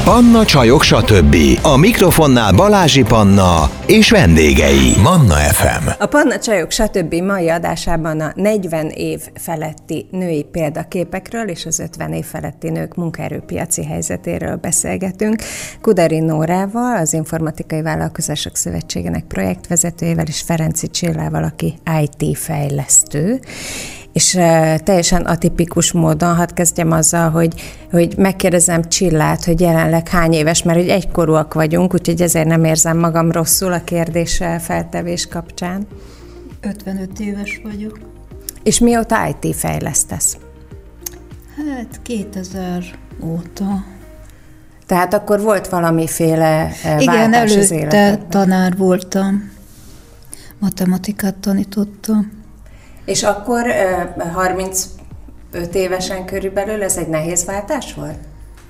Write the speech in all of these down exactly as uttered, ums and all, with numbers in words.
Panna Csajok stb. A mikrofonnál Balázsi Panna és vendégei. Manna ef em. A Panna Csajok stb. Mai adásában a negyven év feletti női példaképekről és az ötven év feletti nők munkaerőpiaci helyzetéről beszélgetünk. Kudari Nórával, az Informatikai Vállalkozások Szövetségének projektvezetőjével, és Ferenczy Csillával, aki i té fejlesztő. És uh, teljesen atipikus módon, hadd kezdjem azzal, hogy, hogy megkérdezem Csillát, hogy jelenleg hány éves, mert hogy egykorúak vagyunk, úgyhogy ezért nem érzem magam rosszul a kérdés feltevés kapcsán. ötvenöt éves vagyok. És mióta i té fejlesztesz? Hát kétezer óta. Tehát akkor volt valamiféle váltás Igen, az életedben. Igen, előtte tanár voltam. Matematikát tanítottam. És akkor harmincöt évesen körülbelül ez egy nehéz váltás volt?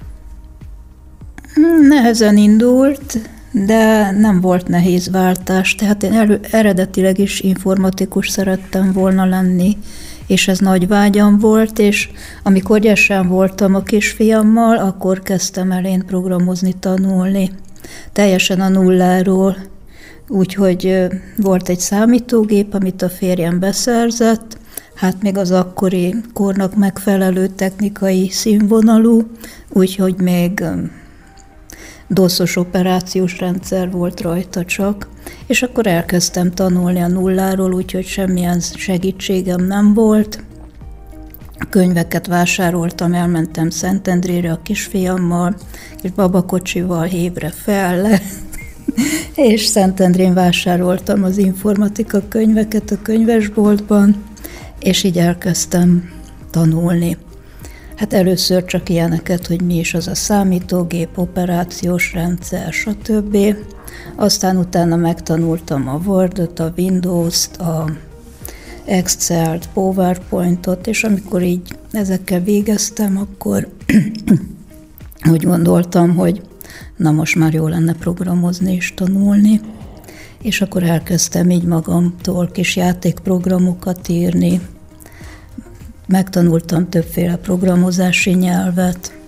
Nehezen indult, de nem volt nehéz váltás. Tehát én elő, eredetileg is informatikus szerettem volna lenni, és ez nagy vágyam volt, és amikor gyesen voltam a kisfiammal, akkor kezdtem el én programozni, tanulni. Teljesen a nulláról. Úgyhogy volt egy számítógép, amit a férjem beszerzett, hát még az akkori kornak megfelelő technikai színvonalú, úgyhogy még doszos operációs rendszer volt rajta csak, és akkor elkezdtem tanulni a nulláról, úgyhogy semmilyen segítségem nem volt. Könyveket vásároltam, elmentem Szentendrére a kisfiammal, és babakocsival hévre fel le, és Szentendrén vásároltam az informatika könyveket a könyvesboltban, és így elkezdtem tanulni. Hát először csak ilyeneket, hogy mi is az a számítógép, operációs rendszer, stb. Aztán utána megtanultam a Wordot, a Windows-t, a Excel-t, PowerPoint-ot, és amikor így ezekkel végeztem, akkor úgy gondoltam, hogy na most már jó lenne programozni és tanulni, és akkor elkezdtem így magamtól kis játékprogramokat írni. Megtanultam többféle programozási nyelvet,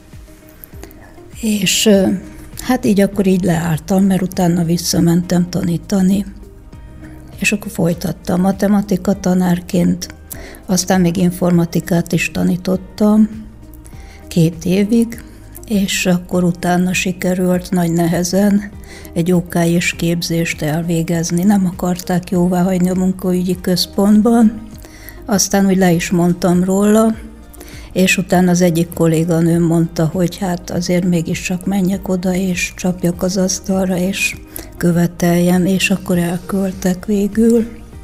és hát így akkor így leálltam, mert utána visszamentem tanítani, és akkor folytattam matematika tanárként, aztán még informatikát is tanítottam két évig, és akkor utána sikerült nagy nehezen egy ó ká és képzést elvégezni. Nem akarták jóváhagyni a munkaügyi központban, aztán úgy le is mondtam róla, és utána az egyik kolléganőm mondta, hogy hát azért mégiscsak menjek oda, és csapjak az asztalra, és követeljem, és akkor elküldtek végül.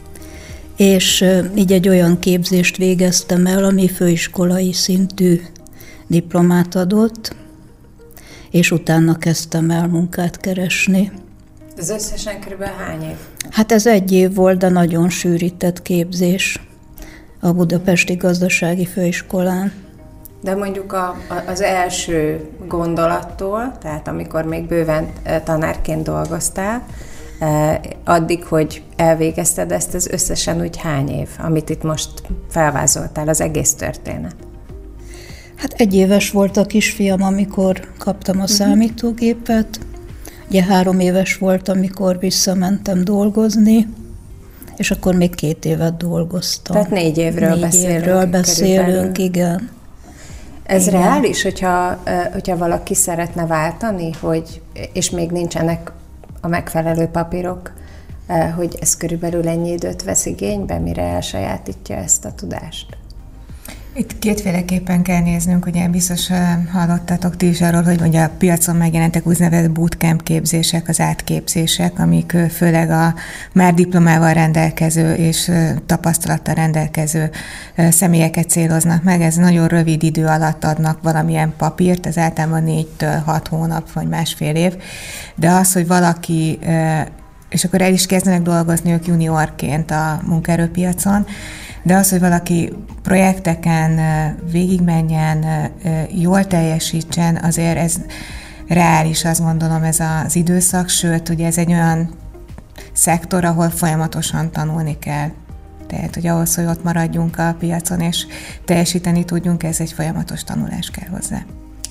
És így egy olyan képzést végeztem el, ami főiskolai szintű diplomát adott, és utána kezdtem el munkát keresni. Ez összesen körülbelül hány év? Hát ez egy év volt, de nagyon sűrített képzés a Budapesti Gazdasági Főiskolán. De mondjuk a, a, az első gondolattól, tehát amikor még bőven tanárként dolgoztál, addig, hogy elvégezted ezt, ez összesen úgy hány év, amit itt most felvázoltál, az egész történet? Hát egy éves volt a kisfiam, amikor kaptam a számítógépet. Ugye három éves volt, amikor visszamentem dolgozni, és akkor még két évet dolgoztam. Tehát négy évről négy beszélünk. évről beszélünk, igen. Ez igen. reális, hogyha, hogyha valaki szeretne váltani, hogy, és még nincsenek a megfelelő papírok, hogy ez körülbelül ennyi időt vesz igénybe, mire elsajátítja ezt a tudást? Itt kétféleképpen kell néznünk, ugye biztos hallottatok ti is arról, hogy ugye a piacon megjelentek úgynevezett bootcamp képzések, az átképzések, amik főleg a már diplomával rendelkező és tapasztalattal rendelkező személyeket céloznak meg. Ez nagyon rövid idő alatt adnak valamilyen papírt, ez általában négytől hat hónap vagy másfél év, de az, hogy valaki, és akkor el is kezdenek dolgozni ők juniorként a munkaerőpiacon, de az, hogy valaki projekteken végigmenjen, jól teljesítsen, azért ez reális, azt gondolom, ez az időszak, sőt, ugye ez egy olyan szektor, ahol folyamatosan tanulni kell. Tehát, hogy ahhoz, hogy ott maradjunk a piacon és teljesíteni tudjunk, ez egy folyamatos tanulás kell hozzá.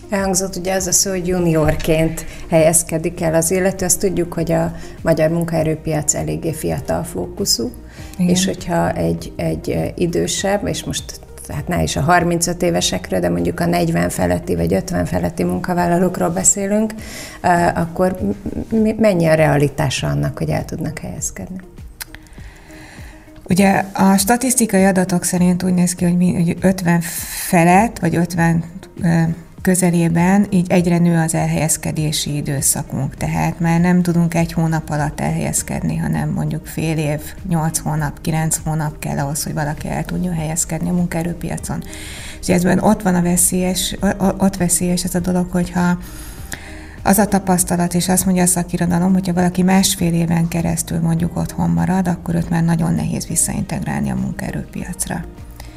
Elhangzott ugye az a szó, hogy juniorként helyezkedik el az illető. Azt tudjuk, hogy a magyar munkaerőpiac eléggé fiatal fókuszú, igen. És hogyha egy, egy idősebb, és most hát ne is a harmincöt évesekről, de mondjuk a negyven feletti vagy ötven feletti munkavállalókról beszélünk, akkor mennyi a realitása annak, hogy el tudnak helyezkedni? Ugye a statisztikai adatok szerint úgy néz ki, hogy, mi, hogy ötven felett, vagy ötven közelében így egyre nő az elhelyezkedési időszakunk, tehát már nem tudunk egy hónap alatt elhelyezkedni, hanem mondjuk fél év, nyolc hónap, kilenc hónap kell ahhoz, hogy valaki el tudjon helyezkedni a munkaerőpiacon. És ezben ott van a veszélyes, ott veszélyes ez a dolog, hogyha az a tapasztalat, és azt mondja a szakirodalom, hogyha valaki másfél éven keresztül mondjuk otthon marad, akkor őt már nagyon nehéz visszaintegrálni a munkaerőpiacra.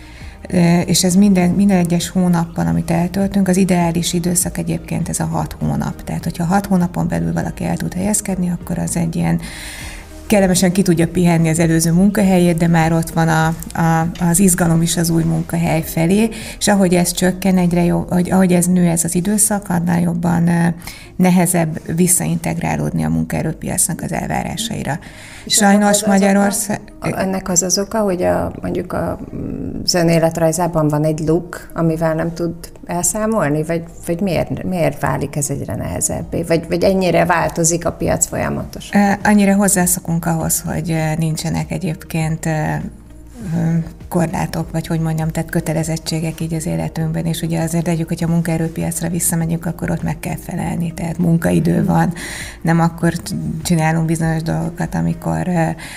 És ez minden, minden egyes hónapban, amit eltöltünk, az ideális időszak egyébként ez a hat hónap. Tehát, hogyha hat hónapon belül valaki el tud helyezkedni, akkor az egy ilyen kellemesen ki tudja pihenni az előző munkahelyét, de már ott van a, a, az izgalom is az új munkahely felé, és ahogy ez csökken egyre jobb, ahogy, ahogy ez nő ez az időszak, annál jobban nehezebb visszaintegrálódni a munkaerőpiacnak az elvárásaira. És Sajnos Magyarország... Oka, ennek az az oka, hogy a, mondjuk a, az önéletrajzában van egy luk, amivel nem tud elszámolni, vagy, vagy miért, miért válik ez egyre nehezebbé? Vagy, vagy ennyire változik a piac folyamatosan? Annyira hozzászokunk ahhoz, hogy nincsenek egyébként korlátok, vagy hogy mondjam, tehát kötelezettségek így az életünkben, és ugye azért tegyük, hogyha munkaerőpiacra visszamegyünk, akkor ott meg kell felelni, tehát munkaidő van, nem akkor csinálunk bizonyos dolgokat, amikor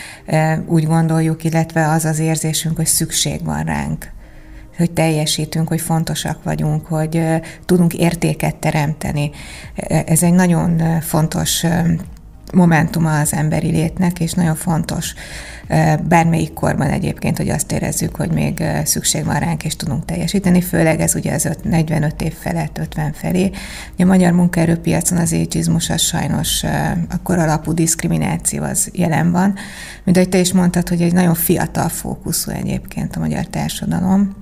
úgy gondoljuk, illetve az az érzésünk, hogy szükség van ránk, hogy teljesítünk, hogy fontosak vagyunk, hogy tudunk értéket teremteni. Ez egy nagyon fontos momentuma az emberi létnek, és nagyon fontos bármelyik korban egyébként, hogy azt érezzük, hogy még szükség van ránk, és tudunk teljesíteni, főleg ez ugye az negyvenöt év felett, ötven felé. Ugye a magyar munkaerőpiacon az ageizmus az sajnos a koralapú diszkrimináció az jelen van, mint ahogy te is mondtad, hogy egy nagyon fiatal fókuszú egyébként a magyar társadalom,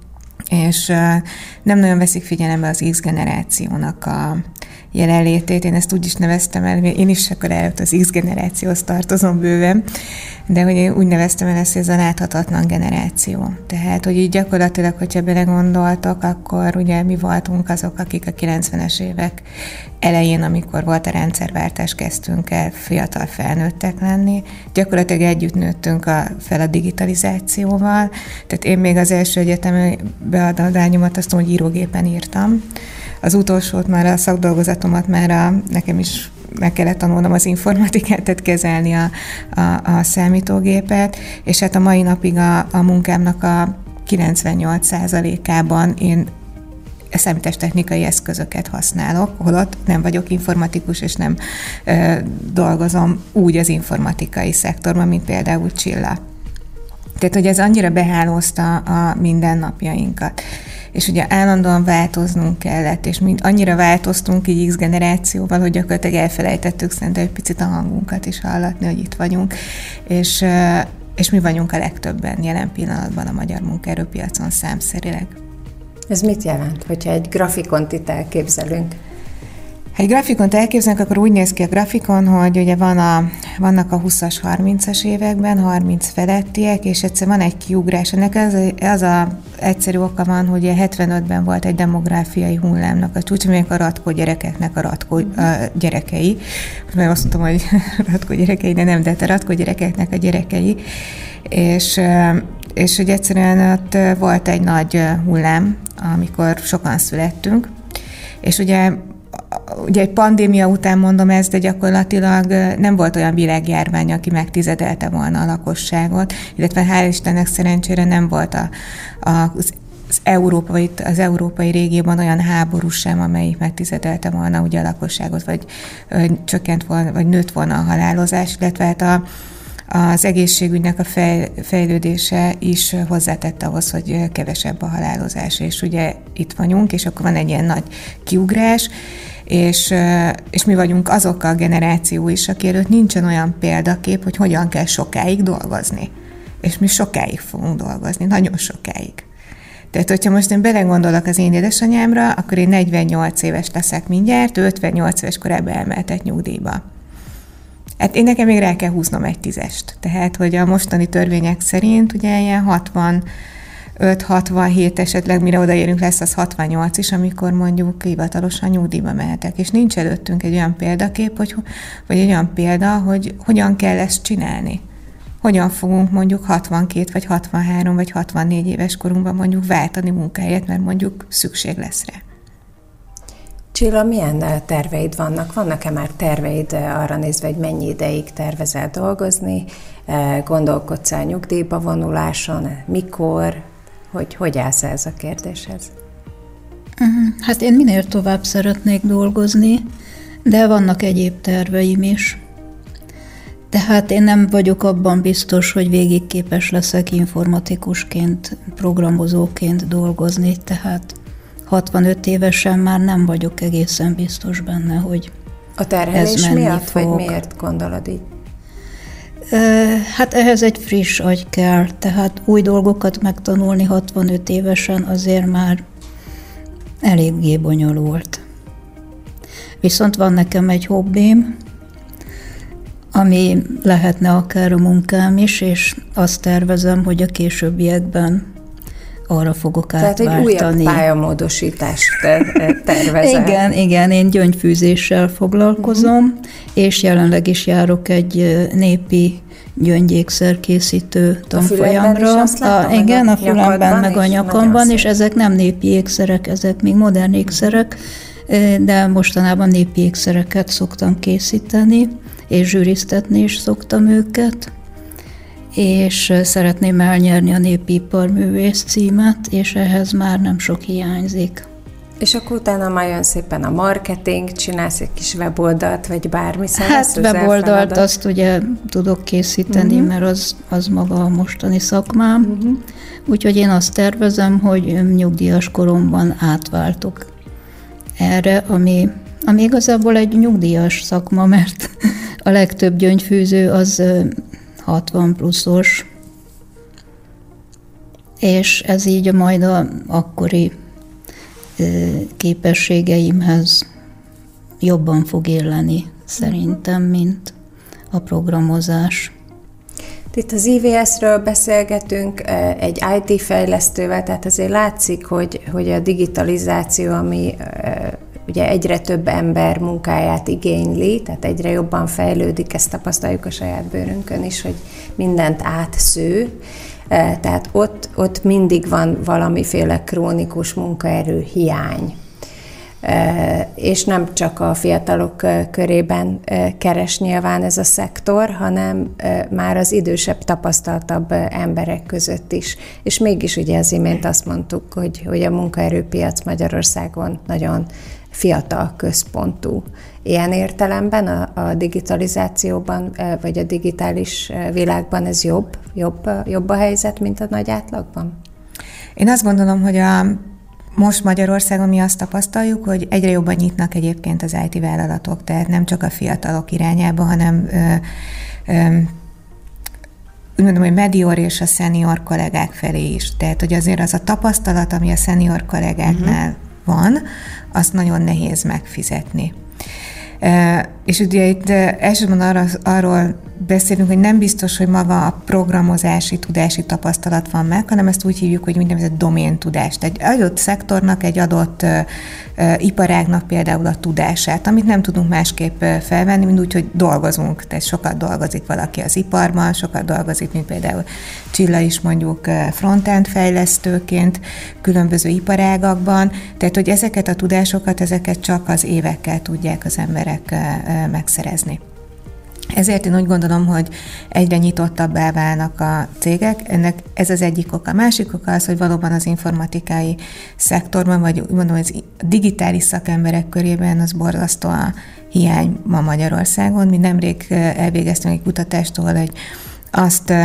és nem nagyon veszik figyelembe az X generációnak a jelenlétét. Én ezt úgy is neveztem el, én is akkor előtt az X generációhoz tartozom bőven, de hogy én úgy neveztem el ezt, hogy ez a láthatatlan generáció. Tehát, hogy így gyakorlatilag, hogyha belegondoltok, akkor ugye mi voltunk azok, akik a kilencvenes évek elején, amikor volt a rendszerváltás, kezdtünk el fiatal felnőttek lenni. Gyakorlatilag együtt nőttünk a, fel a digitalizációval. Tehát én még az első egyetemi beadványomat azt mondom, hogy írógépen írtam. Az utolsót már, a szakdolgozatomat már a, nekem is meg kellett tanulnom az informatikát, tehát kezelni a, a, a számítógépet, és hát a mai napig a, a munkámnak a kilencvennyolc százalékában én számítástechnikai eszközöket használok, holott nem vagyok informatikus, és nem ö, dolgozom úgy az informatikai szektorban, mint például Csilla. Tehát, hogy ez annyira behálózta a mindennapjainkat. És ugye állandóan változnunk kellett, és mind annyira változtunk így X generációval, hogy gyakorlatilag elfelejtettük szerintem egy picit a hangunkat is hallatni, hogy itt vagyunk, és, és mi vagyunk a legtöbben jelen pillanatban a magyar munkaerőpiacon számszerileg. Ez mit jelent, hogyha egy grafikont itt elképzelünk? Ha egy grafikont elképzelünk, akkor úgy néz ki a grafikon, hogy ugye van a, vannak a húszas, harmincas években, harminc felettiek, és egyszer van egy kiugrás. Ennek az, az a egyszerű oka van, hogy hetvenötben volt egy demográfiai hullámnak a csúcs, amelyek a ratkó gyerekeknek a ratkó a gyerekei. Mert azt mondtam, hogy ratkó gyerekei, de nem, de a ratkó gyerekeknek a gyerekei. És, és hogy egyszerűen ott volt egy nagy hullám, amikor sokan születtünk, és ugye Ugye egy pandémia után mondom ezt, de gyakorlatilag nem volt olyan világjárvány, aki megtizedelte volna a lakosságot, illetve hál' Istennek szerencsére nem volt a, a, az, az, európai, az európai régióban olyan háború sem, amelyik megtizedelte volna ugye a lakosságot, vagy, vagy csökkent volna, vagy nőtt volna a halálozás, illetve hát a az egészségügynek a fej, fejlődése is hozzátett ahhoz, hogy kevesebb a halálozás, és ugye itt vagyunk, és akkor van egy ilyen nagy kiugrás, és, és mi vagyunk azok a generáció is, aki előtt nincsen olyan példakép, hogy hogyan kell sokáig dolgozni. És mi sokáig fogunk dolgozni, nagyon sokáig. Tehát, hogyha most én belegondolok az én édesanyámra, akkor én negyvennyolc éves leszek mindjárt, ő ötvennyolc éves korában elmehetett nyugdíjba. Hát én nekem még rá kell húznom egy tízest. Tehát, hogy a mostani törvények szerint ugye ilyen hatvanöt hatvanhét esetleg, mire odaérünk, lesz az hatvannyolc is, amikor mondjuk hivatalosan nyugdíjba mehetek. És nincs előttünk egy olyan példakép, hogy, vagy egy olyan példa, hogy hogyan kell ezt csinálni. Hogyan fogunk mondjuk hatvankét, vagy hatvanhárom, vagy hatvannégy éves korunkban mondjuk váltani munkáját, mert mondjuk szükség lesz rá. Csilla, milyen terveid vannak? Vannak-e már terveid arra nézve, hogy mennyi ideig tervezel dolgozni? Gondolkodsz el nyugdíjba vonuláson? Mikor? Hogy, hogy állsz ez a kérdéshez? Hát én minél tovább szeretnék dolgozni, de vannak egyéb terveim is. Tehát én nem vagyok abban biztos, hogy végig képes leszek informatikusként, programozóként dolgozni, tehát hatvanöt évesen már nem vagyok egészen biztos benne, hogy a terhelés ez menni miatt, fog. Vagy miért gondolod így? Hát ehhez egy friss agy kell, tehát új dolgokat megtanulni hatvanöt évesen azért már eléggé bonyolult. Viszont van nekem egy hobbim, ami lehetne akár a munkám is, és azt tervezem, hogy a későbbiekben arra fogok Tehát átváltani. Tehát egy újabb pályamódosítást tervezel. Igen, igen, én gyöngyfűzéssel foglalkozom, uh-huh. és jelenleg is járok egy népi gyöngyékszer-készítő tanfolyamra. A igen, a fülemben meg a nyakamban, és ezek nem népi ékszerek, ezek még modern ékszerek, de mostanában népi ékszereket szoktam készíteni, és zsűriztetni is szoktam őket, és szeretném elnyerni a népi iparművész címet, és ehhez már nem sok hiányzik. És akkor utána már jön szépen a marketing, csinálsz egy kis weboldalt, vagy bármi Hát weboldalt azt ugye tudok készíteni, uh-huh. mert az, az maga a mostani szakmám. Uh-huh. Úgyhogy én azt tervezem, hogy nyugdíjas koromban átváltok erre, ami, ami igazából egy nyugdíjas szakma, mert a legtöbb gyöngyfűző az hatvan pluszos, és ez így majd a akkori képességeimhez jobban fog illeni, szerintem, mint a programozás. Itt az i vé es-ről beszélgetünk egy i té fejlesztővel, tehát azért látszik, hogy, hogy a digitalizáció, ami ugye egyre több ember munkáját igényli, tehát egyre jobban fejlődik, ezt tapasztaljuk a saját bőrünkön is, hogy mindent átsző, tehát ott, ott mindig van valamiféle krónikus munkaerő hiány. És nem csak a fiatalok körében keres nyilván ez a szektor, hanem már az idősebb, tapasztaltabb emberek között is. És mégis ugye az imént azt mondtuk, hogy, hogy a munkaerőpiac Magyarországon nagyon fiatal központú. Ilyen értelemben a, a digitalizációban, vagy a digitális világban ez jobb, jobb, jobb a helyzet, mint a nagy átlagban? Én azt gondolom, hogy a most Magyarországon mi azt tapasztaljuk, hogy egyre jobban nyitnak egyébként az i té vállalatok, tehát nem csak a fiatalok irányába, hanem ö, ö, úgy mondom, hogy medior és a senior kollégák felé is. Tehát, hogy azért az a tapasztalat, ami a senior kollégáknál uh-huh. van, azt nagyon nehéz megfizetni. Uh, és ugye itt uh, elsősorban arra, arról beszélünk, hogy nem biztos, hogy maga a programozási, tudási tapasztalat van meg, hanem ezt úgy hívjuk, hogy úgynevezett doméntudás. Egy adott szektornak, egy adott uh, uh, iparágnak például a tudását, amit nem tudunk másképp uh, felvenni, mint úgy, hogy dolgozunk. Tehát sokat dolgozik valaki az iparban, sokat dolgozik, mint például Csilla is mondjuk uh, frontend fejlesztőként, különböző iparágakban. Tehát, hogy ezeket a tudásokat, ezeket csak az évekkel tudják az emberek uh, uh, megszerezni. Ezért én úgy gondolom, hogy egyre nyitottabbá válnak a cégek. Ennek ez az egyik oka. A másik oka az, hogy valóban az informatikai szektorban, vagy úgy mondom, az digitális szakemberek körében az borzasztó a hiány ma Magyarországon. Mi nemrég elvégeztünk egy kutatást, ahol egy, azt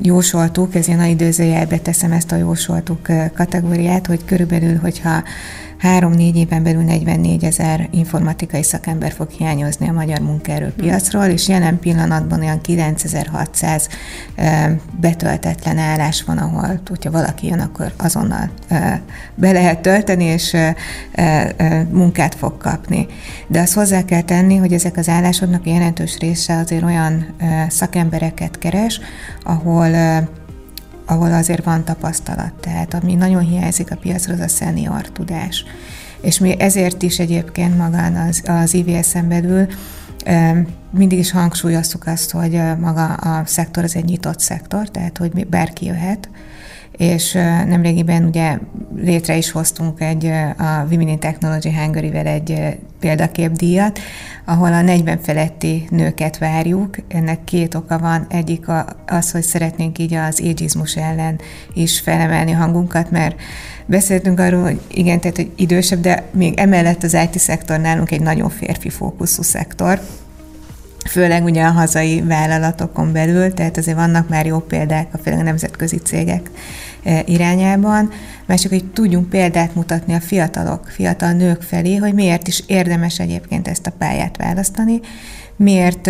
jósoltuk, ez ilyen időzőjelbe teszem ezt a jósoltuk kategóriát, hogy körülbelül, hogyha három-négy éven belül negyvennégy ezer informatikai szakember fog hiányozni a magyar munkaerőpiacról, és jelen pillanatban olyan kilencezer-hatszáz betöltetlen állás van, ahol, hogyha valaki jön, akkor azonnal be lehet tölteni, és munkát fog kapni. De azt hozzá kell tenni, hogy ezek az állásoknak jelentős része azért olyan szakembereket keres, ahol ahol azért van tapasztalat. Tehát ami nagyon hiányzik a piacról, az a senior tudás. És mi ezért is egyébként magán az, az i vé es-en belül mindig is hangsúlyoztuk azt, hogy maga a szektor az egy nyitott szektor, tehát hogy bárki jöhet, és nemrégiben ugye létre is hoztunk egy, a Women in Technology Hungary-vel egy példaképdíjat, ahol a negyven feletti nőket várjuk. Ennek két oka van. Egyik az, hogy szeretnénk így az ageizmus ellen is felemelni a hangunkat, mert beszéltünk arról, hogy igen, tehát hogy idősebb, de még emellett az i té szektor nálunk egy nagyon férfi fókuszú szektor, főleg ugye a hazai vállalatokon belül, tehát azért vannak már jó példák a főleg a nemzetközi cégek irányában, mert csak hogy tudjunk példát mutatni a fiatalok, fiatal nők felé, hogy miért is érdemes egyébként ezt a pályát választani, miért,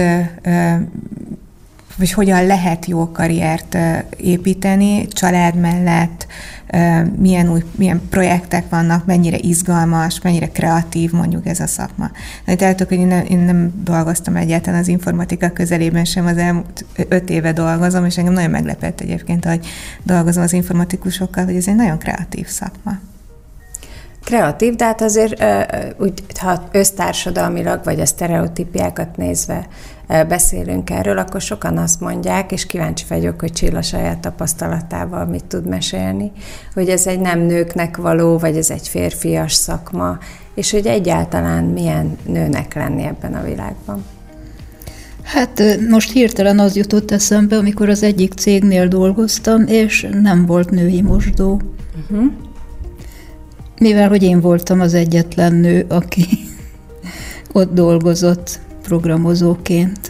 vagy hogyan lehet jó karriert építeni család mellett, milyen új, milyen projektek vannak, mennyire izgalmas, mennyire kreatív mondjuk ez a szakma. Tehát, hogy én nem, én nem dolgoztam egyáltalán az informatika közelében sem, az elmúlt öt éve dolgozom, és engem nagyon meglepett egyébként, hogy dolgozom az informatikusokkal, hogy ez egy nagyon kreatív szakma. Kreatív, de hát azért úgy, ha össztársadalmilag, vagy a sztereotípiákat nézve beszélünk erről, akkor sokan azt mondják, és kíváncsi vagyok, hogy Csilla saját tapasztalatával mit tud mesélni, hogy ez egy nem nőknek való, vagy ez egy férfias szakma, és hogy egyáltalán milyen nőnek lenni ebben a világban. Hát most hirtelen az jutott eszembe, amikor az egyik cégnél dolgoztam, és nem volt női mosdó. Uh-huh. Mivel, hogy én voltam az egyetlen nő, aki ott dolgozott programozóként.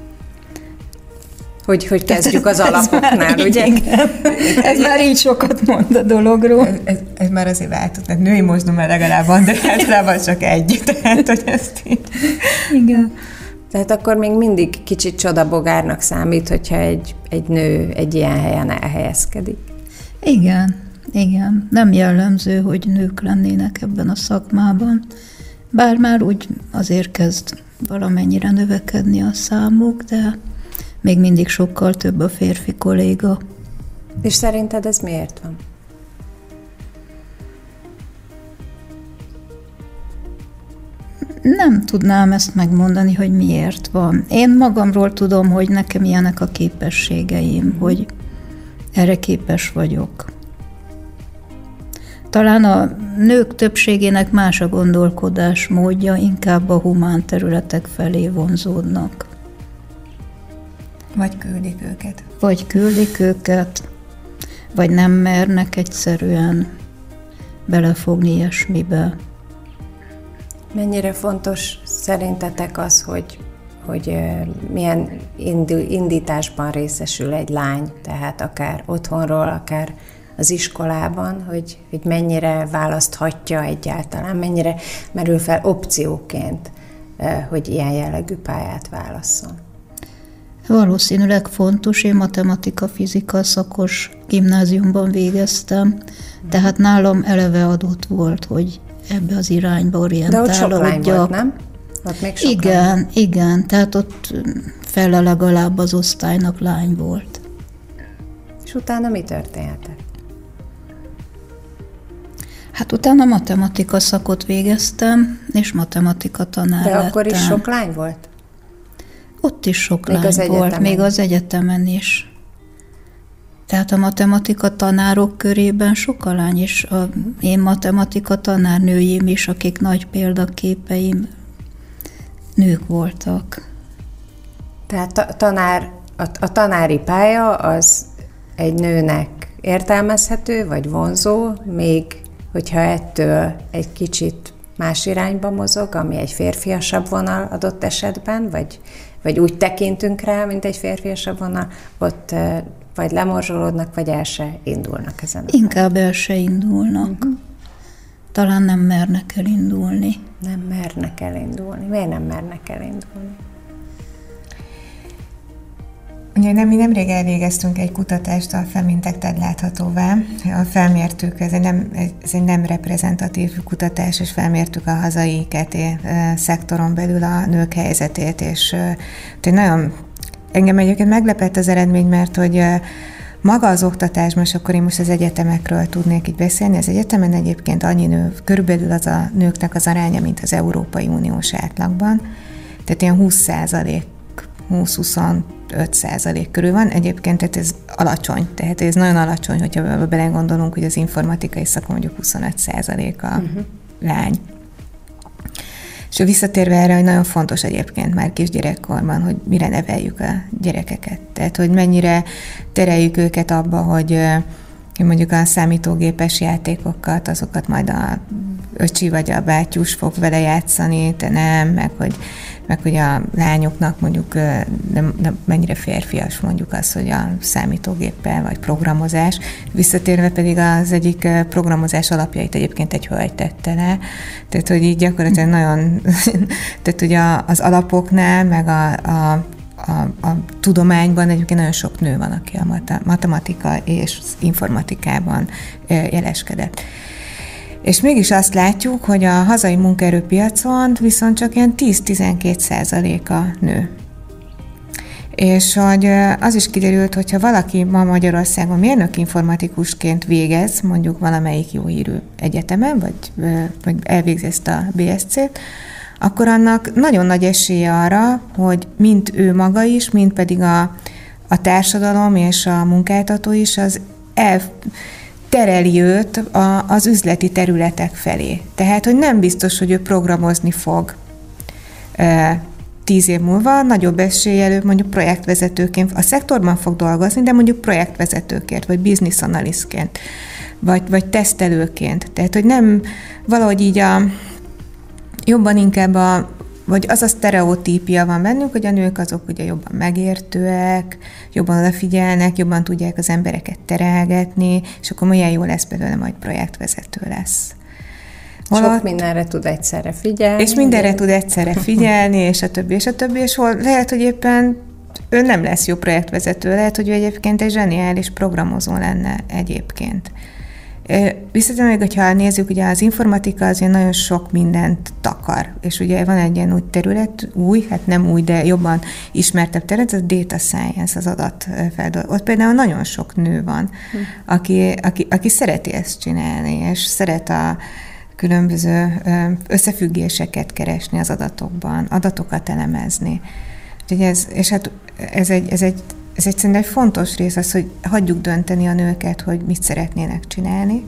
Hogy, hogy kezdjük az alapoknál, ugye? Igen. Ez már így sokat mond a dologról. Ez, ez, ez már azért változott, tehát női mosdó már legalább van, de általában csak egy, tehát hogy ezt így... Igen. Tehát akkor még mindig kicsit csodabogárnak számít, hogyha egy, egy nő egy ilyen helyen elhelyezkedik. Igen, igen. Nem jellemző, hogy nők lennének ebben a szakmában. Bár már úgy azért kezd valamennyire növekedni a számuk, de még mindig sokkal több a férfi kolléga. És szerinted ez miért van? Nem tudnám ezt megmondani, hogy miért van. Én magamról tudom, hogy nekem ilyenek a képességeim, mm. hogy erre képes vagyok. Talán a nők többségének más a gondolkodás módja, inkább a humán területek felé vonzódnak. Vagy küldik őket. Vagy küldik őket, vagy nem mernek egyszerűen belefogni ilyesmibe. Mennyire fontos szerintetek az, hogy, hogy milyen indításban részesül egy lány, tehát akár otthonról, akár az iskolában, hogy, hogy mennyire választhatja egyáltalán, mennyire merül fel opcióként, hogy ilyen jellegű pályát válasszon. Valószínűleg fontos, én matematika-fizika szakos gimnáziumban végeztem, tehát nálam eleve adott volt, hogy ebbe az irányba orientálódjak. De ott sok lány volt, nem? Ott még sok igen, lány. igen, tehát ott fele legalább az osztálynak lány volt. És utána mi történt? Hát utána matematika szakot végeztem, és matematika tanár De lettem. akkor is sok lány volt? Ott is sok még lány volt, még az egyetemen is. Tehát a matematika tanárok körében sok a lány, és a én matematika tanárnőim is, akik nagy példaképeim, nők voltak. Tehát a, tanár, a, a tanári pálya az egy nőnek értelmezhető, vagy vonzó, még hogyha ettől egy kicsit más irányba mozog, ami egy férfiasabb vonal adott esetben, vagy, vagy úgy tekintünk rá, mint egy férfiasabb vonal, ott vagy lemorzsolódnak, vagy el se indulnak ezen. Inkább el se indulnak. Uh-huh. talán nem mernek elindulni. Nem mernek elindulni. Miért nem mernek elindulni? Ugye nem, mi nemrég elvégeztünk egy kutatást a Femintek láthatóvá. A felmértük, ez egy, nem, ez egy nem reprezentatív kutatás, és felmértük a hazai I K T szektoron belül a nők helyzetét, és uh, nagyon engem egyébként meglepett az eredmény, mert hogy uh, maga az oktatás, most akkor én most az egyetemekről tudnék így beszélni, az egyetemen egyébként annyi nő, körülbelül az a nőknek az aránya, mint az Európai Uniós átlagban, tehát ilyen húsz százalék, húsz-huszonöt százalék körül van. Egyébként tehát ez alacsony, tehát ez nagyon alacsony, hogyha belegondolunk, hogy az informatikai szakon mondjuk huszonöt százalék a uh-huh. lány. És visszatérve erre, hogy nagyon fontos egyébként már kisgyerekkorban, hogy mire neveljük a gyerekeket. Tehát, hogy mennyire tereljük őket abba, hogy, hogy mondjuk a számítógépes játékokat, azokat majd a öcsi vagy a bátyus fog vele játszani, te nem, meg hogy, meg hogy a lányoknak mondjuk nem, nem, mennyire férfias mondjuk az, hogy a számítógéppel vagy programozás. Visszatérve pedig az egyik programozás alapjait egyébként egy hölgy tette le. Tehát, hogy így gyakorlatilag nagyon, tehát ugye az alapoknál, meg a, a A, a tudományban egyébként nagyon sok nő van, aki a matematika és informatikában jeleskedett. És mégis azt látjuk, hogy a hazai munkaerőpiacon viszont csak ilyen tíz-tizenkét százalék a nő. És hogy az is kiderült, hogyha valaki ma Magyarországon mérnök informatikusként végez, mondjuk valamelyik jó hírű egyetemen, vagy, vagy elvégzi ezt a bé es cét, akkor annak nagyon nagy esélye arra, hogy mind ő maga is, mind pedig a, a társadalom és a munkáltató is az eltereli őt a, az üzleti területek felé. Tehát, hogy nem biztos, hogy ő programozni fog e, tíz év múlva, nagyobb eséllyel ő mondjuk projektvezetőként, a szektorban fog dolgozni, de mondjuk projektvezetőként, vagy business analystként, vagy, vagy tesztelőként. Tehát, hogy nem valahogy így a jobban inkább a, vagy az a sztereotípia van bennünk, hogy a nők azok ugye jobban megértőek, jobban odafigyelnek, jobban tudják az embereket terelgetni, és akkor olyan jó lesz belőle, majd projektvezető lesz. Holott, sok mindenre tud egyszerre figyelni. És mindenre tud egyszerre figyelni, és a többi, és a többi, és hol lehet, hogy éppen ő nem lesz jó projektvezető, lehet, hogy ő egyébként egy zseniális programozó lenne egyébként. Visszatérve még, hogyha nézzük, ugye az informatika az nagyon sok mindent takar, és ugye van egy ilyen új terület, új, hát nem új, de jobban ismertebb terület, az a data science, az adatfeldolgozás. Ott például nagyon sok nő van, hm. aki, aki, aki szereti ezt csinálni, és szeret a különböző összefüggéseket keresni az adatokban, adatokat elemezni. Úgyhogy ez, és hát ez egy, ez egy Ez egyszerűen egy fontos rész az, hogy hagyjuk dönteni a nőket, hogy mit szeretnének csinálni,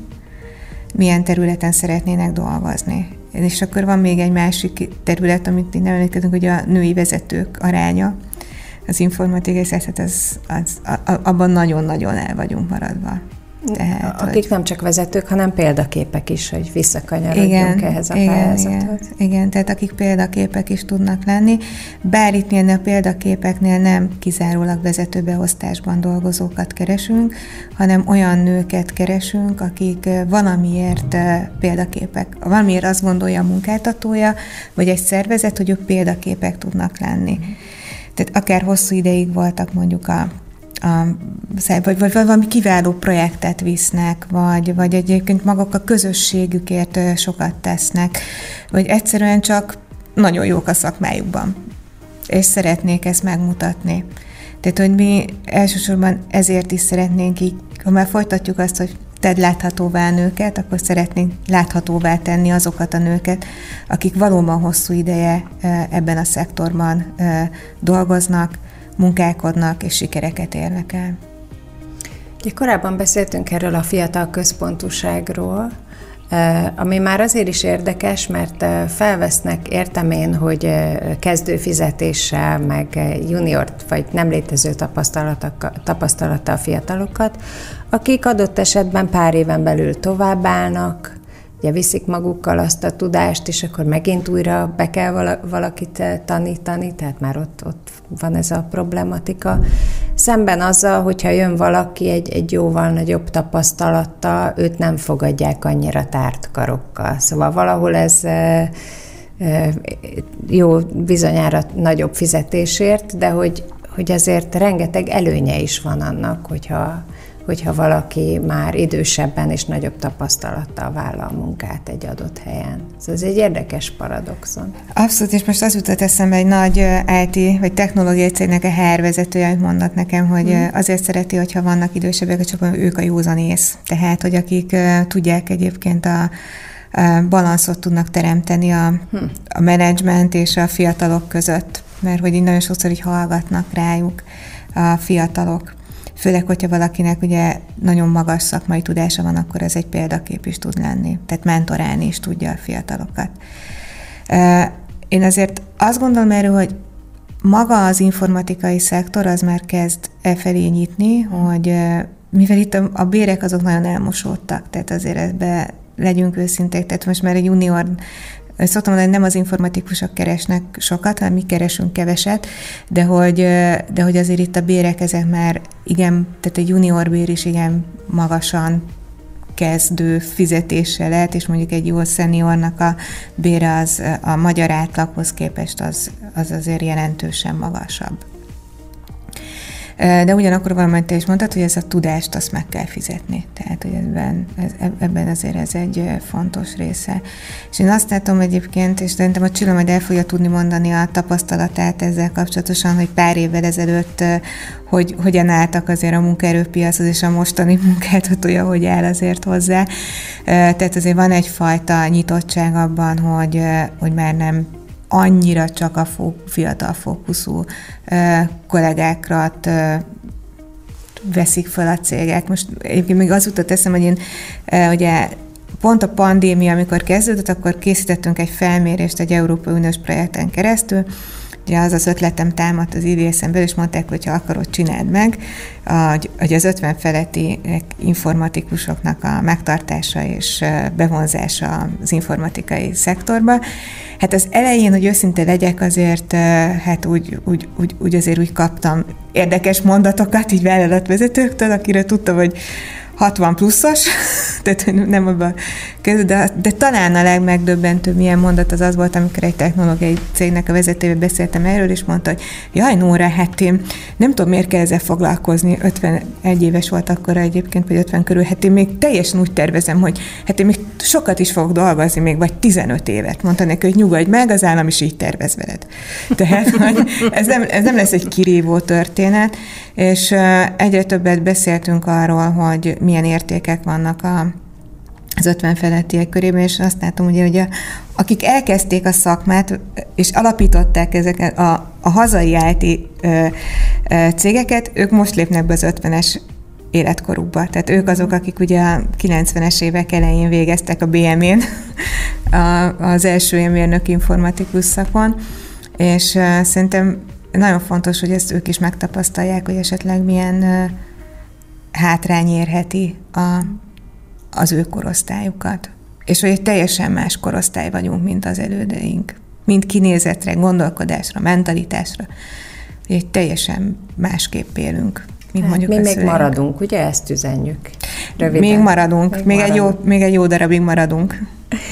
milyen területen szeretnének dolgozni. És akkor van még egy másik terület, amit nem emlékezünk, hogy a női vezetők aránya, az informatikai szervezet, az, az, abban nagyon-nagyon el vagyunk maradva. Tehát, akik hogy... nem csak vezetők, hanem példaképek is, hogy visszakanyarodjunk ehhez a pályázathoz. Igen, igen, tehát akik példaképek is tudnak lenni, bár itt a példaképeknél nem kizárólag vezetőbeosztásban dolgozókat keresünk, hanem olyan nőket keresünk, akik valamiért példaképek, valamiért azt gondolja a munkáltatója, vagy egy szervezet, hogy ők példaképek tudnak lenni. Tehát akár hosszú ideig voltak mondjuk a A, vagy, vagy valami kiváló projektet visznek, vagy, vagy egyébként maguk a közösségükért sokat tesznek, vagy egyszerűen csak nagyon jók a szakmájukban, és szeretnék ezt megmutatni. Tehát, hogy mi elsősorban ezért is szeretnénk így, ha már folytatjuk azt, hogy tedd láthatóvá a nőket, akkor szeretnénk láthatóvá tenni azokat a nőket, akik valóban hosszú ideje ebben a szektorban dolgoznak, munkálkodnak és sikereket érnek el. Ugye korábban beszéltünk erről a fiatal központúságról, ami már azért is érdekes, mert felvesznek, értem én, hogy kezdőfizetéssel, meg junior vagy nem létező tapasztalattal fiatalokat, akik adott esetben pár éven belül továbbállnak, ugye viszik magukkal azt a tudást, és akkor megint újra be kell valakit tanítani, tehát már ott, ott van ez a problematika. szemben azzal, hogyha jön valaki egy, egy jóval nagyobb tapasztalattal, őt nem fogadják annyira tárt karokkal. Szóval valahol ez jó bizonyára nagyobb fizetésért, de hogy, hogy azért rengeteg előnye is van annak, hogyha, hogyha valaki már idősebben és nagyobb tapasztalattal vállal munkát egy adott helyen. Ez egy érdekes paradoxon. Abszolút, és most az jutott eszembe egy nagy i té vagy technológiai cégnek a há er vezetője mondott nekem, hogy hmm. azért szereti, hogyha vannak idősebbek, csak ők a józanész. Tehát, hogy akik tudják egyébként a balanszot tudnak teremteni a, hmm. a menedzsment és a fiatalok között, mert hogy így nagyon sokszor így hallgatnak rájuk a fiatalok. Főleg, hogyha valakinek ugye nagyon magas szakmai tudása van, akkor ez egy példakép is tud lenni. Tehát mentorálni is tudja a fiatalokat. Én azért azt gondolom erről, hogy maga az informatikai szektor az már kezd e felé nyitni, hogy mivel itt a, a bérek azok nagyon elmosódtak, tehát azért ebbe legyünk őszinték, tehát most már egy junior, szoktam mondani, hogy nem az informatikusok keresnek sokat, hanem mi keresünk keveset, de hogy, de hogy azért itt a bérek ezek már igen, tehát egy junior bér is igen magasan kezdő fizetéssel lehet, és mondjuk egy jó szeniornak a bére az a magyar átlaghoz képest az, az azért jelentősen magasabb. De ugyanakkor valamint te is mondtad, hogy ez a tudást azt meg kell fizetni. Tehát, hogy ebben, ez, ebben azért ez egy fontos része. És én azt látom egyébként, és szerintem a Csilla majd el fogja tudni mondani a tapasztalatát ezzel kapcsolatosan, hogy pár évvel ezelőtt hogy hogyan álltak azért a munkaerőpiachoz, és a mostani munkáltatója hogy áll azért hozzá. Tehát azért van egyfajta nyitottság abban, hogy, hogy már nem annyira csak a fó, fiatal fókuszú uh, kollégákra uh, veszik fel a cégek. Most egyébként még az jutott eszem, hogy én uh, ugye pont a pandémia, amikor kezdődött, akkor készítettünk egy felmérést egy Európai Uniós projekten keresztül. Ugye az az ötletem támadt az i dé es-en belül, és mondták, hogy ha akarod, csináld meg, hogy az ötven feletti informatikusoknak a megtartása és bevonzása az informatikai szektorba. Hát az elején, hogy őszinte legyek, azért hát úgy, úgy, úgy, úgy azért úgy kaptam érdekes mondatokat így vállalatvezetőktől, akire tudtam, hogy hatvan pluszos, tehát nem abban közül, de, de talán a legmegdöbbentőbb milyen mondat az az volt, amikor egy technológiai cégnek a vezetővel beszéltem erről, és mondta, hogy jaj, Nóra, hát én nem tudom, miért kell ezzel foglalkozni, ötvenegy éves volt akkor egyébként, vagy ötven körül, hát én még teljesen úgy tervezem, hogy hát én még sokat is fogok dolgozni, még vagy tizenöt évet. Mondta neki, hogy nyugodj meg, az állam is így tervez veled. Tehát, hogy ez nem, ez nem lesz egy kirívó történet, és egyre többet beszéltünk arról, hogy milyen értékek vannak a, az ötven felettiek körében, és azt látom, ugye, hogy a, akik elkezdték a szakmát, és alapították ezeket a, a hazai i té ö, ö, cégeket, ők most lépnek be az ötvenes életkorukba. Tehát ők azok, akik ugye a kilencvenes évek elején végeztek a bé em é-n, a, az első mérnök informatikus szakon, és uh, szerintem nagyon fontos, hogy ezt ők is megtapasztalják, hogy esetleg milyen uh, hátrány érheti a, az ő korosztályukat. És hogy egy teljesen más korosztály vagyunk, mint az elődeink. Mind kinézetre, gondolkodásra, mentalitásra. Egy teljesen másképp élünk, mint hát, mondjuk mi a még szüleink. Maradunk, ugye ezt üzenjük? Röviden. Még maradunk, még, még, maradunk. Egy jó, még egy jó darabig maradunk.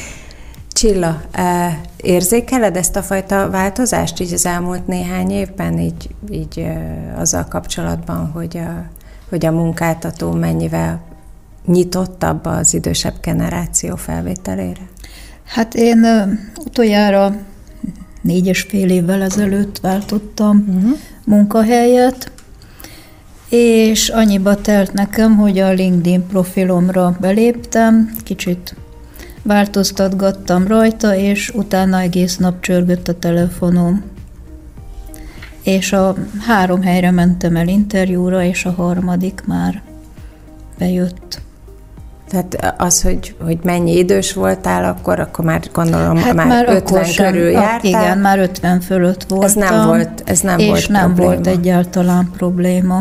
Csilla, érzékeled ezt a fajta változást így az elmúlt néhány évben, így, így azzal kapcsolatban, hogy a, hogy a munkáltató mennyivel nyitottabb az idősebb generáció felvételére? Hát én utoljára négy és fél évvel ezelőtt váltottam uh-huh. munkahelyet, és annyiba telt nekem, hogy a LinkedIn profilomra beléptem, kicsit változtatgattam rajta, és utána egész nap csörgött a telefonom. És a három helyre mentem el interjúra, és a harmadik már bejött. Tehát az, hogy, hogy mennyi idős voltál akkor, akkor már gondolom hát már, már ötven sem, körül jártál. Igen, már ötven fölött voltam. Ez nem volt, ez nem és volt És nem probléma. volt egyáltalán probléma.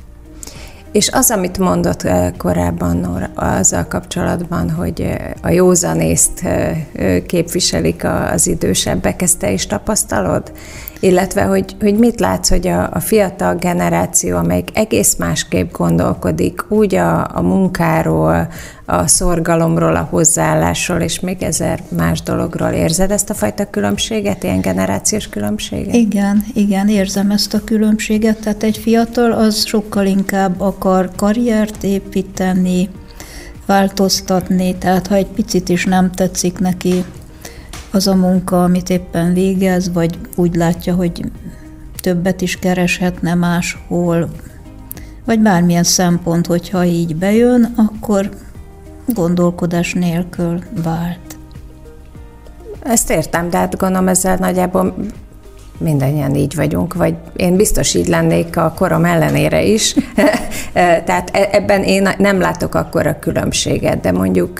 És az, amit mondott korábban Nóra, azzal kapcsolatban, hogy a józanészt képviselik az idősebbek, ezt te is tapasztalod? illetve hogy, hogy mit látsz, hogy a, a fiatal generáció, amelyik egész másképp gondolkodik, úgy a, a munkáról, a szorgalomról, a hozzáállásról, és még ezer más dologról. Érzed ezt a fajta különbséget, ilyen generációs különbséget? Igen, igen, érzem ezt a különbséget. Tehát egy fiatal az sokkal inkább akar karriert építeni, változtatni, tehát ha egy picit is nem tetszik neki az a munka, amit éppen végez, vagy úgy látja, hogy többet is kereshetne máshol, vagy bármilyen szempont, hogyha így bejön, akkor gondolkodás nélkül vált. Ezt értem, de hát gondolom ezzel nagyjából mindannyian így vagyunk, vagy én biztos így lennék a korom ellenére is. Tehát ebben én nem látok akkora különbséget, de mondjuk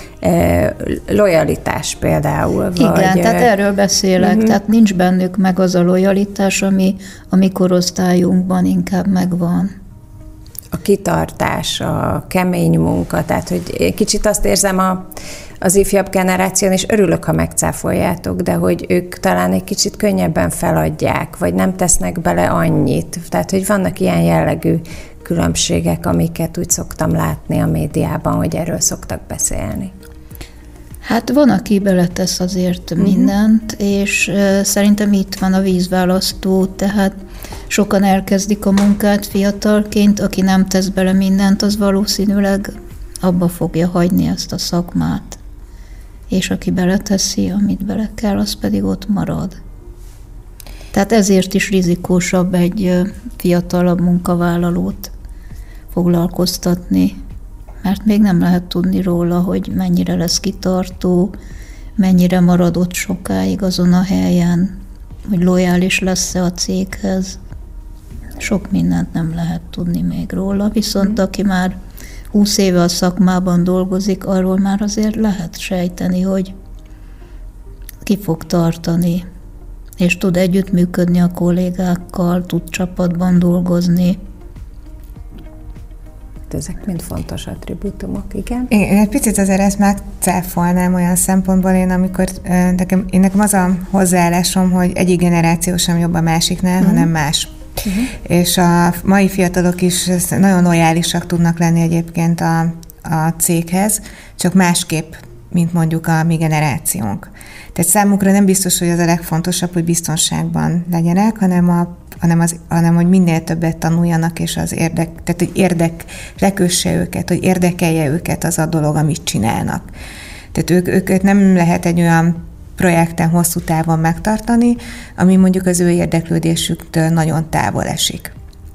lojalitás például. Vagy... Igen, tehát erről beszélek, uh-huh. Tehát nincs bennük meg az a lojalitás, ami a mi korosztályunkban inkább megvan. A kitartás, a kemény munka, tehát hogy kicsit azt érzem a, az ifjabb generáción, és örülök, ha megcáfoljátok, de hogy ők talán egy kicsit könnyebben feladják, vagy nem tesznek bele annyit. Tehát, hogy vannak ilyen jellegű különbségek, amiket úgy szoktam látni a médiában, hogy erről szoktak beszélni. Hát van, aki beletesz azért uh-huh. mindent, és uh, szerintem itt van a vízválasztó, tehát sokan elkezdik a munkát fiatalként, aki nem tesz bele mindent, az valószínűleg abba fogja hagyni ezt a szakmát. És aki beleteszi, amit bele kell, az pedig ott marad. Tehát ezért is rizikósabb egy fiatalabb munkavállalót foglalkoztatni, mert még nem lehet tudni róla, hogy mennyire lesz kitartó, mennyire marad ott sokáig azon a helyen, hogy lojális lesz-e a céghez. Sok mindent nem lehet tudni még róla, viszont aki már húsz éve a szakmában dolgozik, arról már azért lehet sejteni, hogy ki fog tartani, és tud együttműködni a kollégákkal, tud csapatban dolgozni. Ezek mind fontos attribútumok, igen? Én egy picit azért ezt megcáfolnám olyan szempontból, én amikor nekem, én nekem az a hozzáállásom, hogy egyik generáció sem jobb a másiknál, uh-huh. hanem más. Uh-huh. És a mai fiatalok is nagyon lojálisak tudnak lenni egyébként a, a céghez, csak másképp, mint mondjuk a mi generációnk. Tehát számukra nem biztos, hogy az a legfontosabb, hogy biztonságban legyenek, hanem, a, hanem, az, hanem hogy minél többet tanuljanak, és az érdek, tehát hogy érdekre kösse őket, hogy érdekelje őket az a dolog, amit csinálnak. Tehát ők, őket nem lehet egy olyan projekten hosszú távon megtartani, ami mondjuk az ő érdeklődésüktől nagyon távol esik.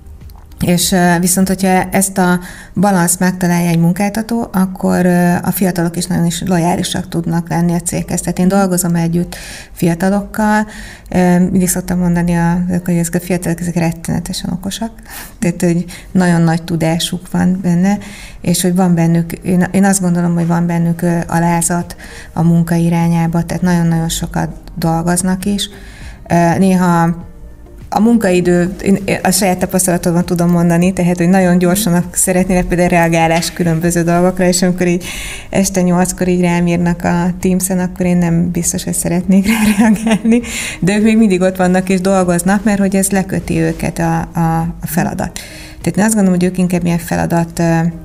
És viszont, hogyha ezt a balanszt megtalálja egy munkáltató, akkor a fiatalok is nagyon is lojálisak tudnak lenni a céghez. Tehát én dolgozom együtt fiatalokkal, mindig szoktam mondani, hogy ezek a fiatalok ezek rettenetesen okosak, tehát hogy nagyon nagy tudásuk van benne, és hogy van bennük, én azt gondolom, hogy van bennük alázat a munka irányába, tehát nagyon-nagyon sokat dolgoznak is. Néha a munkaidő, én a saját tapasztalatomban tudom mondani, tehát, hogy nagyon gyorsan szeretnének például reagálás különböző dolgokra, és amikor így este nyolckor így rám írnak a Teams-en, akkor én nem biztos, hogy szeretnék rá reagálni, de ők még mindig ott vannak és dolgoznak, mert hogy ez leköti őket a, a, a feladat. Tehát én azt gondolom, hogy ők inkább ilyen feladat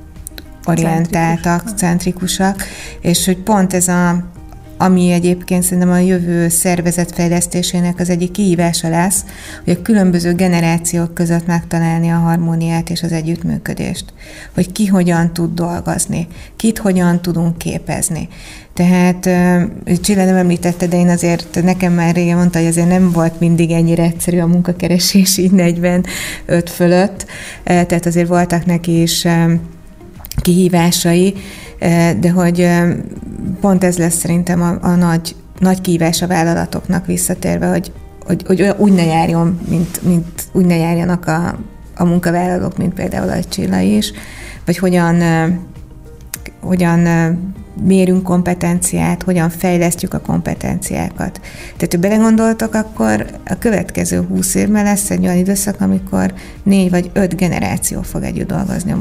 orientáltak, centrikusak, és hogy pont ez a ami egyébként szerintem a jövő szervezetfejlesztésének az egyik kihívása lesz, hogy a különböző generációk között megtalálni a harmóniát és az együttműködést. Hogy ki hogyan tud dolgozni, kit hogyan tudunk képezni. Tehát Csilla nem említette, de én azért nekem már régen mondta, hogy azért nem volt mindig ennyire egyszerű a munkakeresés így negyvenöt fölött, tehát azért voltak neki is kihívásai, de hogy pont ez lesz szerintem a, a nagy, nagy kihívás a vállalatoknak visszatérve, hogy, hogy, hogy úgy ne járjon, mint, mint úgy ne járjanak a, a munkavállalók, mint például a Csilla is, vagy hogyan, hogyan mérünk kompetenciát, hogyan fejlesztjük a kompetenciákat. Tehát, ha belegondoltok, akkor a következő húsz évben lesz egy olyan időszak, amikor négy vagy öt generáció fog együtt dolgozni a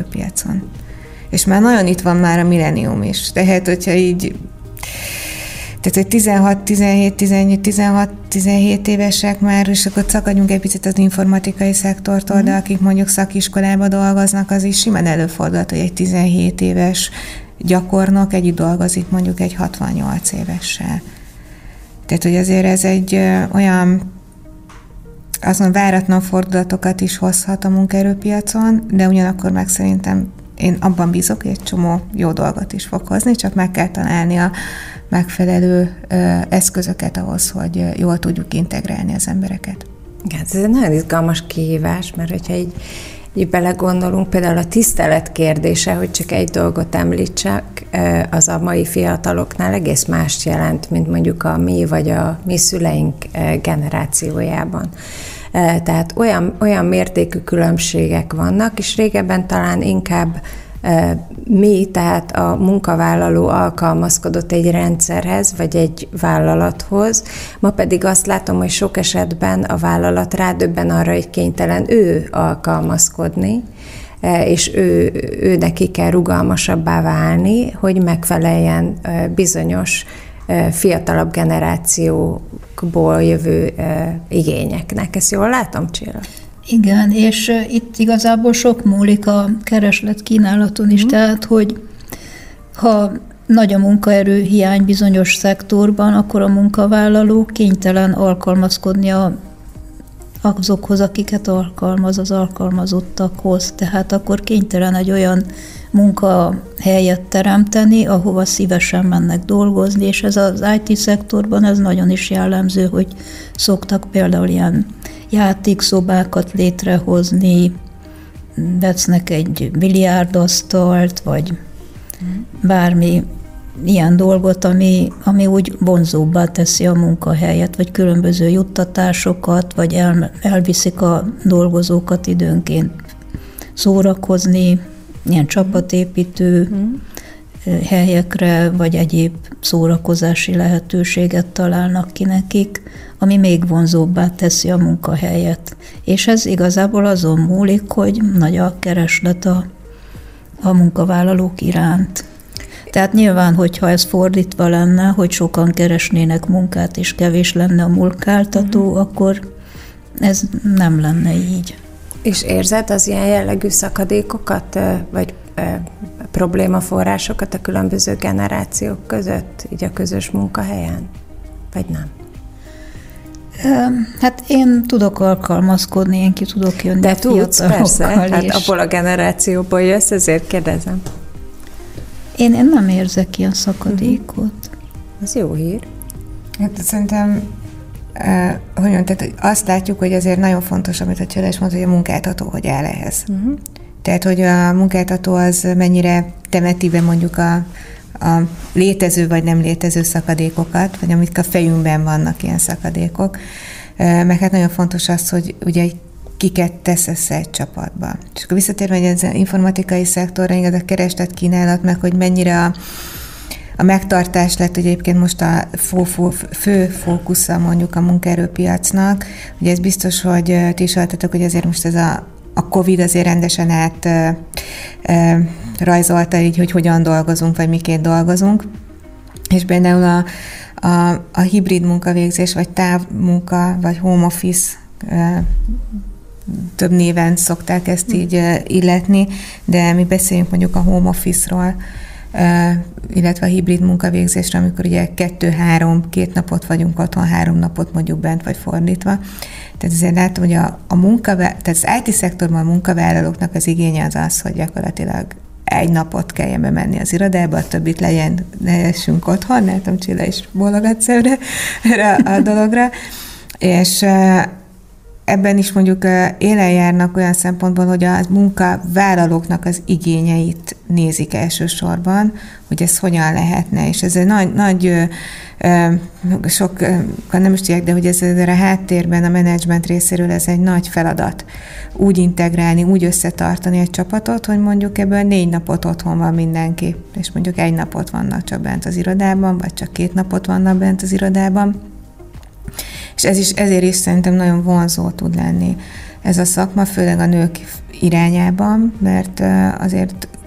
munkaerőpiacon. És már nagyon itt van már a millennium is. Tehát, hogyha így Tehát, hogy tizenhat, tizenhét, tizennyolc, tizenhat, tizenhét évesek már, és akkor szakadjunk egy picit az informatikai szektortól, mm. de akik mondjuk szakiskolában dolgoznak, az is simán előfordulhat, hogy egy tizenhét éves gyakornok együtt dolgozik mondjuk egy hatvannyolc évessel. Tehát, hogy azért ez egy ö, olyan azon váratlan fordulatokat is hozhat a munkaerőpiacon, de ugyanakkor meg szerintem én abban bízok, hogy egy csomó jó dolgot is fog hozni, csak meg kell találni a megfelelő ö, eszközöket ahhoz, hogy jól tudjuk integrálni az embereket. Igen, ez egy nagyon izgalmas kihívás, mert hogyha így, így belegondolunk, például a tisztelet kérdése, hogy csak egy dolgot említsek, az a mai fiataloknál egész mást jelent, mint mondjuk a mi vagy a mi szüleink generációjában. Tehát olyan, olyan mértékű különbségek vannak, és régebben talán inkább mi, tehát a munkavállaló alkalmazkodott egy rendszerhez, vagy egy vállalathoz. Ma pedig azt látom, hogy sok esetben a vállalat rádöbben arra, hogy kénytelen ő alkalmazkodni, és ő, ő neki kell rugalmasabbá válni, hogy megfeleljen bizonyos fiatalabb generációkból jövő igényeknek. Ezt jól látom, Csilla? Igen, és itt igazából sok múlik a kereslet kínálaton is, mm. tehát, hogy ha nagy a munkaerő hiány bizonyos szektorban, akkor a munkavállaló kénytelen alkalmazkodni a, azokhoz, akiket alkalmaz, az alkalmazottakhoz. Tehát akkor kénytelen egy olyan munkahelyet teremteni, ahova szívesen mennek dolgozni, és ez az í té-szektorban ez nagyon is jellemző, hogy szoktak például ilyen játékszobákat létrehozni, vesznek egy biliárdasztalt, vagy bármi ilyen dolgot, ami, ami úgy vonzóbbá teszi a munkahelyet, vagy különböző juttatásokat, vagy el, elviszik a dolgozókat időnként szórakozni, ilyen csapatépítő mm. helyekre, vagy egyéb szórakozási lehetőséget találnak ki nekik, ami még vonzóbbá teszi a munkahelyet. És ez igazából azon múlik, hogy nagy a kereslet a, a munkavállalók iránt. Tehát nyilván, hogyha ez fordítva lenne, hogy sokan keresnének munkát, és kevés lenne a munkáltató, mm. akkor ez nem lenne így. És érzed az ilyen jellegű szakadékokat, vagy problémaforrásokat a különböző generációk között, így a közös munkahelyen? Vagy nem? Hát én tudok alkalmazkodni, én ki tudok jönni. De tudsz, persze, hát is. abból a generációból jössz, ezért kérdezem. Én, én nem érzek ilyen szakadékot. Uh-huh. Ez jó hír. Hát szerintem Uh, hogy mondjam, tehát azt látjuk, hogy azért nagyon fontos, amit a Csilla is mondta, hogy a munkáltató hogy áll ehhez. Uh-huh. Tehát, hogy a munkáltató az mennyire temeti be mondjuk a, a létező vagy nem létező szakadékokat, vagy amik a fejünkben vannak ilyen szakadékok. Uh, meg hát nagyon fontos az, hogy ugye kiket tesz össze egy csapatba. És akkor visszatérve egy az informatikai szektorra, igaz a kereslet kínálat, meg hogy mennyire a A megtartás lett egyébként most a fő fókusza mondjuk a munkaerőpiacnak. Ugye ez biztos, hogy ti is hallottatok, hogy azért most ez a, a Covid azért rendesen át e, e, rajzolta így, hogy hogyan dolgozunk, vagy miként dolgozunk. És például a, a, a hibrid munkavégzés, vagy távmunka, vagy home office e, több néven szokták ezt így e, illetni, de mi beszéljünk mondjuk a home office-ról, Uh, illetve a hibrid munkavégzésre, amikor ugye kettő-három, két napot vagyunk otthon, három napot mondjuk bent, vagy fordítva. Tehát azért látom, hogy a, a munkavá- tehát az í té-szektorban a munkavállalóknak az igénye az az, hogy gyakorlatilag egy napot kelljen bemenni az irodába, a többit legyen, lehessünk otthon, látom, Csilla is bólogat szemre erre a dologra. És uh, ebben is mondjuk élen járnak olyan szempontból, hogy a munkavállalóknak az igényeit nézik elsősorban, hogy ez hogyan lehetne, és ez egy nagy, nagy sok, nem is tudják, de hogy ez a háttérben a menedzsment részéről ez egy nagy feladat. Úgy integrálni, úgy összetartani egy csapatot, hogy mondjuk ebből négy napot otthon van mindenki, és mondjuk egy napot vannak csak bent az irodában, vagy csak két napot vannak bent az irodában. És ez is, ezért is szerintem nagyon vonzó tud lenni ez a szakma, főleg a nők irányában, mert azért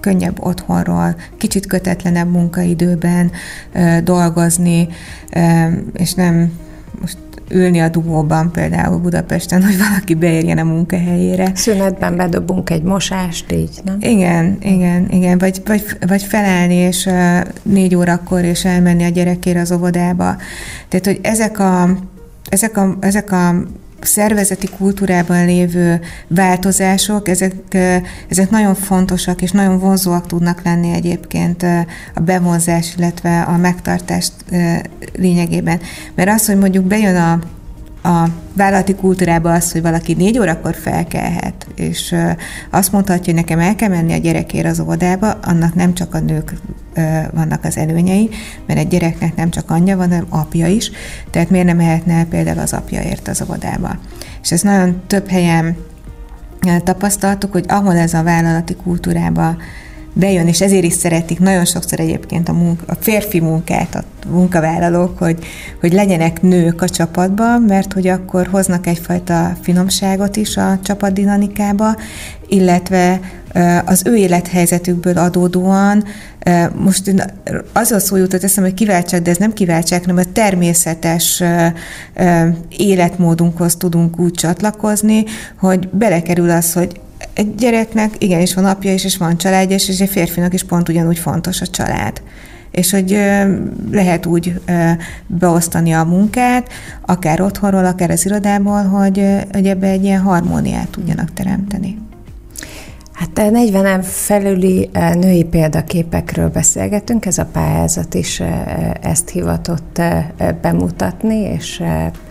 könnyebb otthonról, kicsit kötetlenebb munkaidőben dolgozni, és nem most ülni a dugóban például Budapesten, hogy valaki beérjen a munkahelyére. Szünetben bedobunk egy mosást, így, nem? Igen, igen, igen. Vagy, vagy, vagy felállni, és uh, négy órakor, és elmenni a gyerekére az óvodába. Tehát, hogy ezek a, ezek a, ezek a szervezeti kultúrában lévő változások, ezek, ezek nagyon fontosak, és nagyon vonzóak tudnak lenni egyébként a bevonzás, illetve a megtartás lényegében. Mert az, hogy mondjuk bejön a, a vállalati kultúrába az, hogy valaki négy órakor felkelhet, és azt mondhatja, hogy nekem el kell menni a gyerekért az óvodába, annak nem csak a nők vannak az előnyei, mert egy gyereknek nem csak anyja van, hanem apja is, tehát miért nem mehetne el például az apjaért az óvodába. És ez nagyon több helyen tapasztaltuk, hogy ahol ez a vállalati kultúrába bejön, és ezért is szeretik nagyon sokszor egyébként a, munka, a férfi munkát, a munkavállalók, hogy, hogy legyenek nők a csapatban, mert hogy akkor hoznak egyfajta finomságot is a csapatdinamikába, illetve az ő élethelyzetükből adódóan, most az a szó jutott eszembe, hogy kiváltság, de ez nem kiváltság, hanem a természetes életmódunkhoz tudunk úgy csatlakozni, hogy belekerül az, hogy egy gyereknek igenis van apja is, és van családja is, és egy férfinak is pont ugyanúgy fontos a család. És hogy lehet úgy beosztani a munkát, akár otthonról, akár az irodából, hogy, hogy ebbe egy ilyen harmóniát tudjanak teremteni. Hát negyvenen felüli női példaképekről beszélgetünk, ez a pályázat is ezt hivatott bemutatni, és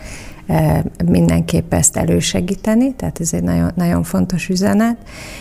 mindenképp ezt elősegíteni, tehát ez egy nagyon, nagyon fontos üzenet.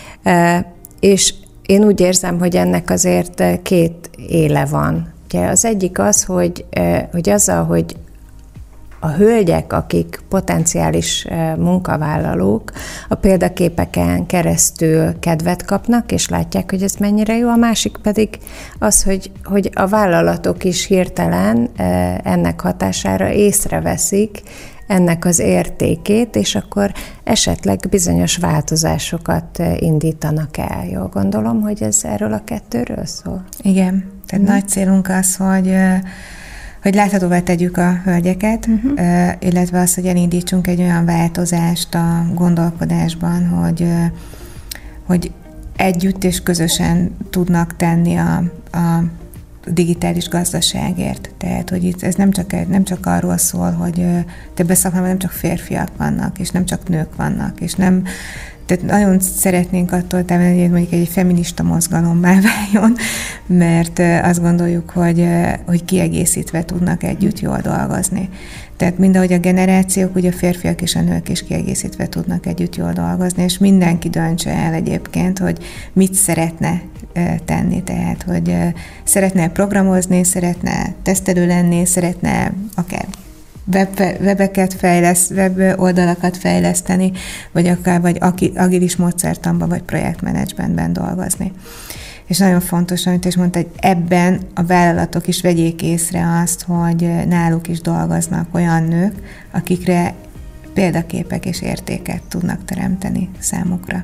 És én úgy érzem, hogy ennek azért két éle van. Ugye az egyik az, hogy, hogy azzal, hogy a hölgyek, akik potenciális munkavállalók, a példaképeken keresztül kedvet kapnak, és látják, hogy ez mennyire jó, a másik pedig az, hogy, hogy a vállalatok is hirtelen ennek hatására észreveszik ennek az értékét, és akkor esetleg bizonyos változásokat indítanak el. Jól gondolom, hogy ez erről a kettőről szól? Igen, tehát hmm. nagy célunk az, hogy hogy láthatóvá tegyük a hölgyeket, uh-huh. illetve azt, hogy elindítsunk egy olyan változást a gondolkodásban, hogy, hogy együtt és közösen tudnak tenni a, a digitális gazdaságért. Tehát, hogy itt ez nem csak, nem csak arról szól, hogy több szakmában nem csak férfiak vannak, és nem csak nők vannak, és nem tehát nagyon szeretnénk attól távolodni, hogy mondjuk egy feminista mozgalommá váljon, mert azt gondoljuk, hogy, hogy kiegészítve tudnak együtt jól dolgozni. Tehát mindahogy a generációk, ugye a férfiak és a nők is kiegészítve tudnak együtt jól dolgozni, és mindenki döntse el egyébként, hogy mit szeretne tenni. Tehát, hogy szeretne programozni, szeretne tesztelő lenni, szeretne akár Web, webeket fejleszt, web oldalakat fejleszteni, vagy akár vagy agilis módszertanban, vagy projektmenedzsmentben dolgozni. És nagyon fontos, amit is mondta, hogy ebben a vállalatok is vegyék észre azt, hogy náluk is dolgoznak olyan nők, akikre példaképek és értéket tudnak teremteni számukra.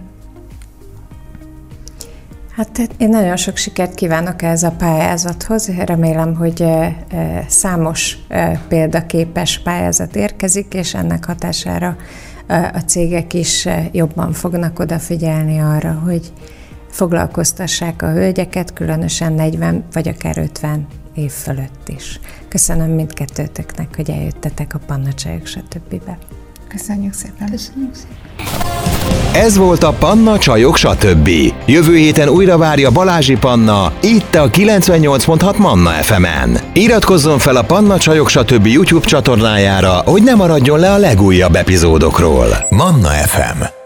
Hát én nagyon sok sikert kívánok ehhez a pályázathoz. Remélem, hogy számos példaképes pályázat érkezik, és ennek hatására a cégek is jobban fognak odafigyelni arra, hogy foglalkoztassák a hölgyeket, különösen negyven vagy akár ötven év fölött is. Köszönöm mindkettőtöknek, hogy eljöttetek a Panna Csajok stb. Köszönjük szépen. Köszönjük szépen. Ez volt a Panna Csajok stb. Jövő héten újra várja Balázsi Panna, itt a kilencvennyolc pont hat Manna ef emen. Iratkozzon fel a Panna Csajok stb. YouTube csatornájára, hogy ne maradjon le a legújabb epizódokról. Manna ef em.